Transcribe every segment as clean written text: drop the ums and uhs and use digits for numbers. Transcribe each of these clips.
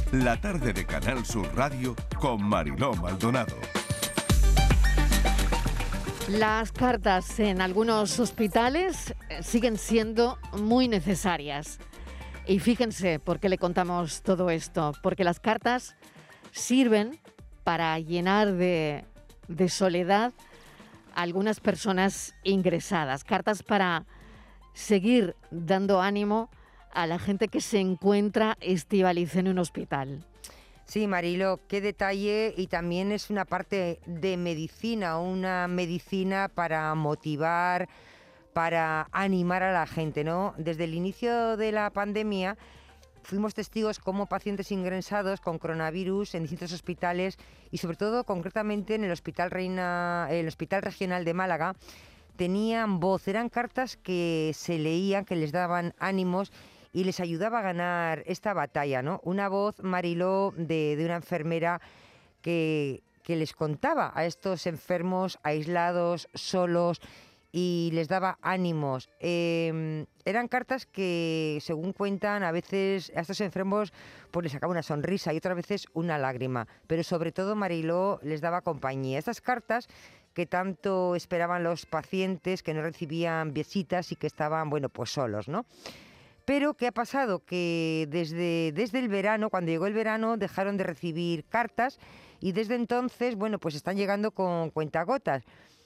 La tarde de Canal Sur Radio con Mariló Maldonado. Las cartas en algunos hospitales siguen siendo muy necesarias. Y fíjense por qué le contamos todo esto. Porque las cartas sirven para llenar de soledad a algunas personas ingresadas. Cartas para seguir dando ánimo a la gente que se encuentra, Estíbaliz, en un hospital. Sí, Marilo, qué detalle, y también es una parte de medicina, una medicina para motivar, para animar a la gente, ¿no? Desde el inicio de la pandemia fuimos testigos cómo pacientes ingresados con coronavirus en distintos hospitales y sobre todo concretamente en el Hospital Regional de Málaga tenían voz, eran cartas que se leían, que les daban ánimos y les ayudaba a ganar esta batalla, ¿no? Una voz, Mariló, de una enfermera que les contaba a estos enfermos aislados, solos, y les daba ánimos. Eran cartas que, según cuentan, a veces a estos enfermos pues les sacaba una sonrisa y otras veces una lágrima. Pero sobre todo, Mariló, les daba compañía. Estas cartas que tanto esperaban los pacientes, que no recibían visitas y que estaban, bueno, pues solos, ¿no? Pero, ¿qué ha pasado? Que desde el verano, cuando llegó el verano, dejaron de recibir cartas y desde entonces, bueno, pues están llegando con cuentagotas.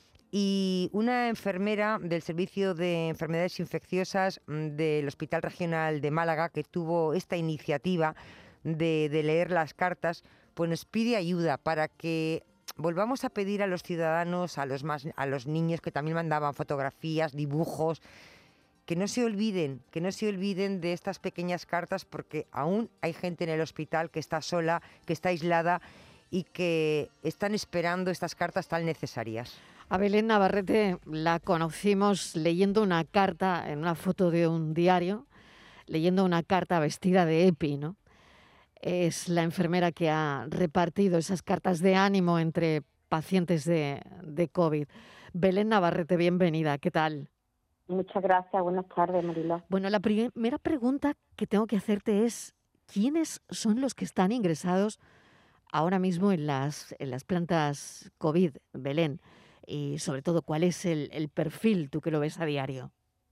Y una enfermera del Servicio de Enfermedades Infecciosas del Hospital Regional de Málaga, que tuvo esta iniciativa de leer las cartas, pues nos pide ayuda para que volvamos a pedir a los ciudadanos, a los niños que también mandaban fotografías, dibujos, que no se olviden de estas pequeñas cartas, porque aún hay gente en el hospital que está sola, que está aislada y que están esperando estas cartas tan necesarias. A Belén Navarrete la conocimos leyendo una carta en una foto de un diario, leyendo una carta vestida de EPI, ¿no? Es la enfermera que ha repartido esas cartas de ánimo entre pacientes de COVID. Belén Navarrete, bienvenida, ¿qué tal? Muchas gracias, buenas tardes, Mariló. Bueno, la primera pregunta que tengo que hacerte es, ¿quiénes son los que están ingresados ahora mismo en las plantas COVID, Belén? Y sobre todo, ¿cuál es el perfil, tú que lo ves a diario?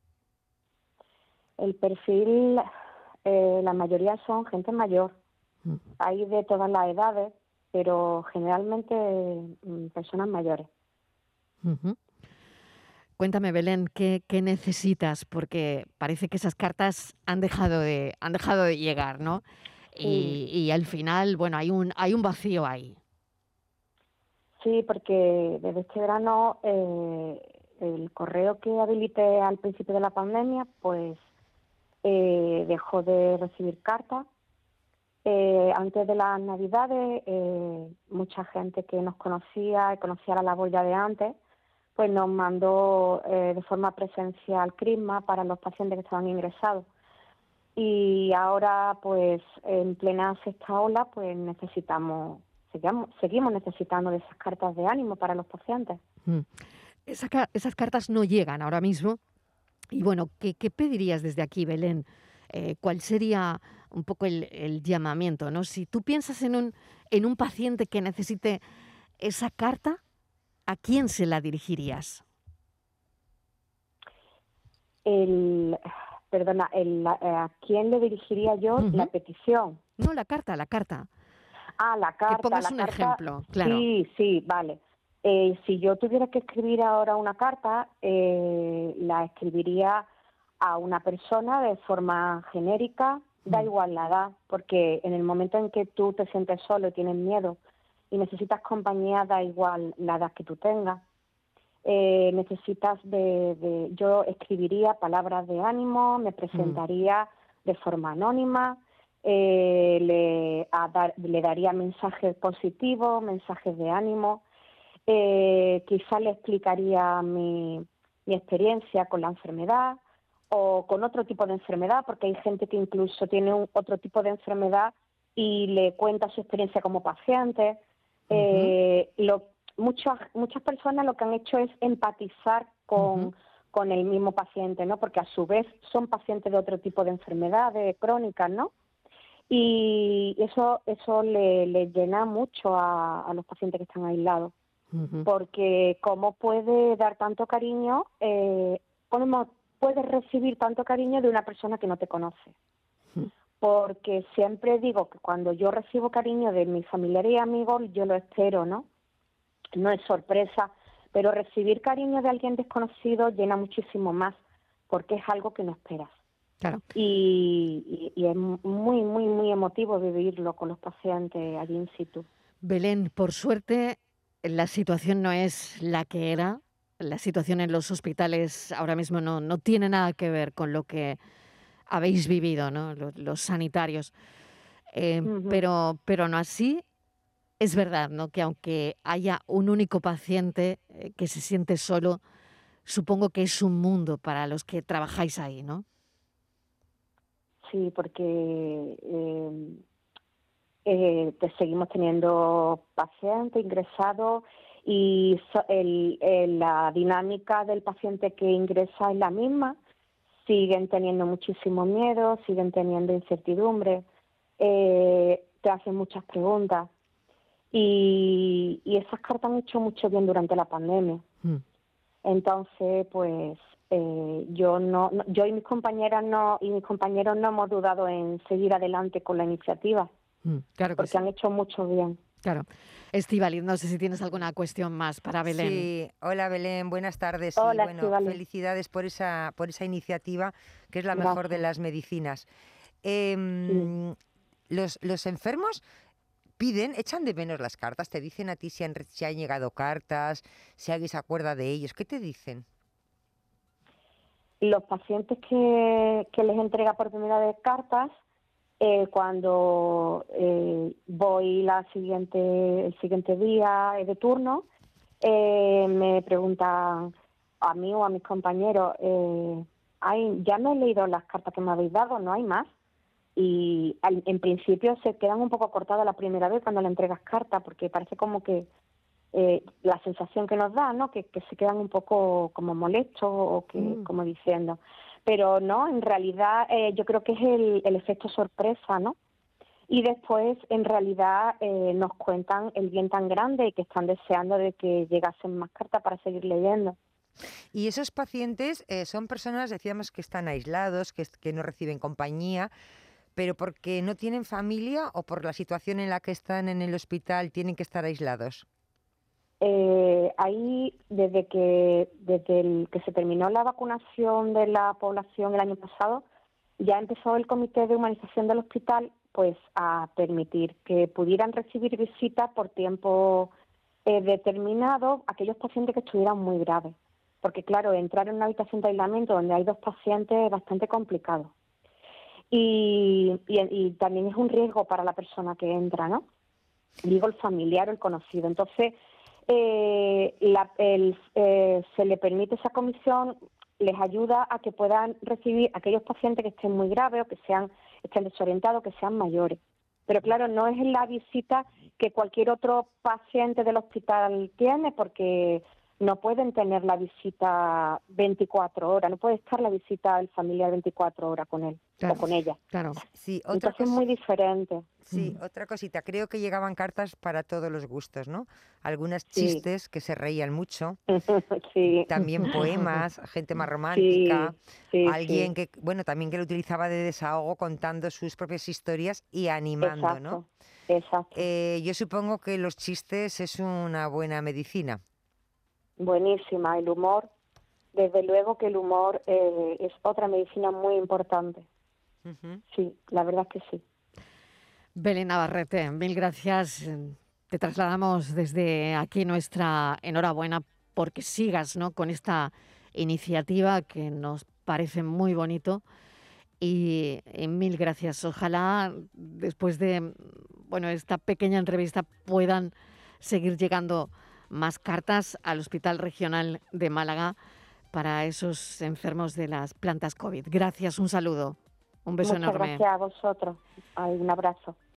El perfil, la mayoría son gente mayor. Hay de todas las edades, pero generalmente personas mayores. Uh-huh. Cuéntame, Belén, ¿qué necesitas? Porque parece que esas cartas han dejado de llegar, ¿no? Y al final, bueno, hay un vacío ahí. Sí, porque desde este verano el correo que habilité al principio de la pandemia, pues dejó de recibir cartas. Antes de las Navidades, mucha gente que nos conocía la labor ya de antes, pues nos mandó de forma presencial crisma para los pacientes que estaban ingresados. Y ahora, pues en plena sexta ola, pues seguimos necesitando de esas cartas de ánimo para los pacientes. Esas cartas no llegan ahora mismo. Y bueno, ¿qué pedirías desde aquí, Belén? ¿Cuál sería un poco el llamamiento, ¿no? Si tú piensas en un paciente que necesite esa carta, ¿a quién se la dirigirías? ¿A quién le dirigiría yo la petición? No, la carta. Ah, la carta. Que pongas un ejemplo, claro. Sí, vale. Si yo tuviera que escribir ahora una carta, la escribiría a una persona de forma genérica, da igual la edad, porque en el momento en que tú te sientes solo y tienes miedo y necesitas compañía, da igual la edad que tú tengas. Yo escribiría palabras de ánimo, me presentaría de forma anónima, le daría mensajes positivos, mensajes de ánimo, quizá le explicaría mi experiencia con la enfermedad o con otro tipo de enfermedad, porque hay gente que incluso tiene otro tipo de enfermedad y le cuenta su experiencia como paciente. Muchas personas lo que han hecho es empatizar con el mismo paciente, ¿no? Porque a su vez son pacientes de otro tipo de enfermedades crónicas, ¿no? Y eso le llena mucho a los pacientes que están aislados, porque cómo puede dar tanto cariño, puedes recibir tanto cariño de una persona que no te conoce. Porque siempre digo que cuando yo recibo cariño de mis familiares y amigos, yo lo espero, ¿no? No es sorpresa, pero recibir cariño de alguien desconocido llena muchísimo más, porque es algo que no esperas. Claro. Y es muy, muy, muy emotivo vivirlo con los pacientes allí in situ. Belén, por suerte, la situación no es la que era. La situación en los hospitales ahora mismo no tiene nada que ver con lo que habéis vivido, ¿no? Los sanitarios. Pero no así, es verdad, ¿no? Que aunque haya un único paciente que se siente solo, supongo que es un mundo para los que trabajáis ahí, ¿no? Sí, porque seguimos teniendo pacientes ingresados y la dinámica del paciente que ingresa es la misma. Siguen teniendo muchísimo miedo, siguen teniendo incertidumbre, te hacen muchas preguntas y esas cartas han hecho mucho bien durante la pandemia. Entonces, pues yo y mis compañeras y mis compañeros no hemos dudado en seguir adelante con la iniciativa, claro, porque han hecho mucho bien. Claro. Estíbaliz, no sé si tienes alguna cuestión más para Belén. Sí, hola Belén, buenas tardes. Hola, y bueno, Estíbaliz. felicidades por esa iniciativa, que es la Gracias. mejor de las medicinas. Sí. Los enfermos echan de menos las cartas, te dicen a ti si han llegado cartas, si alguien se acuerda de ellos, ¿qué te dicen? Los pacientes que les entrega por primera vez cartas, cuando voy el siguiente día de turno, me preguntan a mí o a mis compañeros, ya no he leído las cartas que me habéis dado, ¿no hay más? Y en principio se quedan un poco cortadas la primera vez cuando le entregas cartas, porque parece como que la sensación que nos da, ¿no? Que se quedan un poco como molestos o que como diciendo. Pero no, en realidad yo creo que es el efecto sorpresa, ¿no? Y después, en realidad, nos cuentan el bien tan grande y que están deseando de que llegasen más cartas para seguir leyendo. Y esos pacientes son personas, decíamos, que están aislados, que no reciben compañía, pero porque no tienen familia o por la situación en la que están en el hospital tienen que estar aislados. Ahí, desde que se terminó la vacunación de la población el año pasado, ya empezó el Comité de Humanización del Hospital pues a permitir que pudieran recibir visitas por tiempo determinado aquellos pacientes que estuvieran muy graves. Porque, claro, entrar en una habitación de aislamiento donde hay 2 pacientes es bastante complicado. Y también es un riesgo para la persona que entra, ¿no? Digo, el familiar o el conocido. Entonces, se le permite esa comisión, les ayuda a que puedan recibir aquellos pacientes que estén muy graves o que estén desorientados, que sean mayores. Pero claro, no es la visita que cualquier otro paciente del hospital tiene, porque no pueden tener la visita 24 horas, no puede estar la visita del familiar 24 horas con él o con ella. Claro. Sí, entonces es muy diferente. Sí, otra cosita, creo que llegaban cartas para todos los gustos, ¿no? Algunas chistes que se reían mucho, sí. También poemas, gente más romántica, alguien que, bueno, también que lo utilizaba de desahogo contando sus propias historias y animando, exacto, ¿no? Exacto. Yo supongo que los chistes es una buena medicina. Buenísima, el humor, desde luego que el humor es otra medicina muy importante. Sí, la verdad es que sí. Belén Navarrete, mil gracias. Te trasladamos desde aquí nuestra enhorabuena porque sigas, ¿no?, con esta iniciativa que nos parece muy bonito y mil gracias. Ojalá después de esta pequeña entrevista puedan seguir llegando más cartas al Hospital Regional de Málaga para esos enfermos de las plantas COVID. Gracias, un saludo, un beso enorme. Muchas gracias a vosotros. Un abrazo.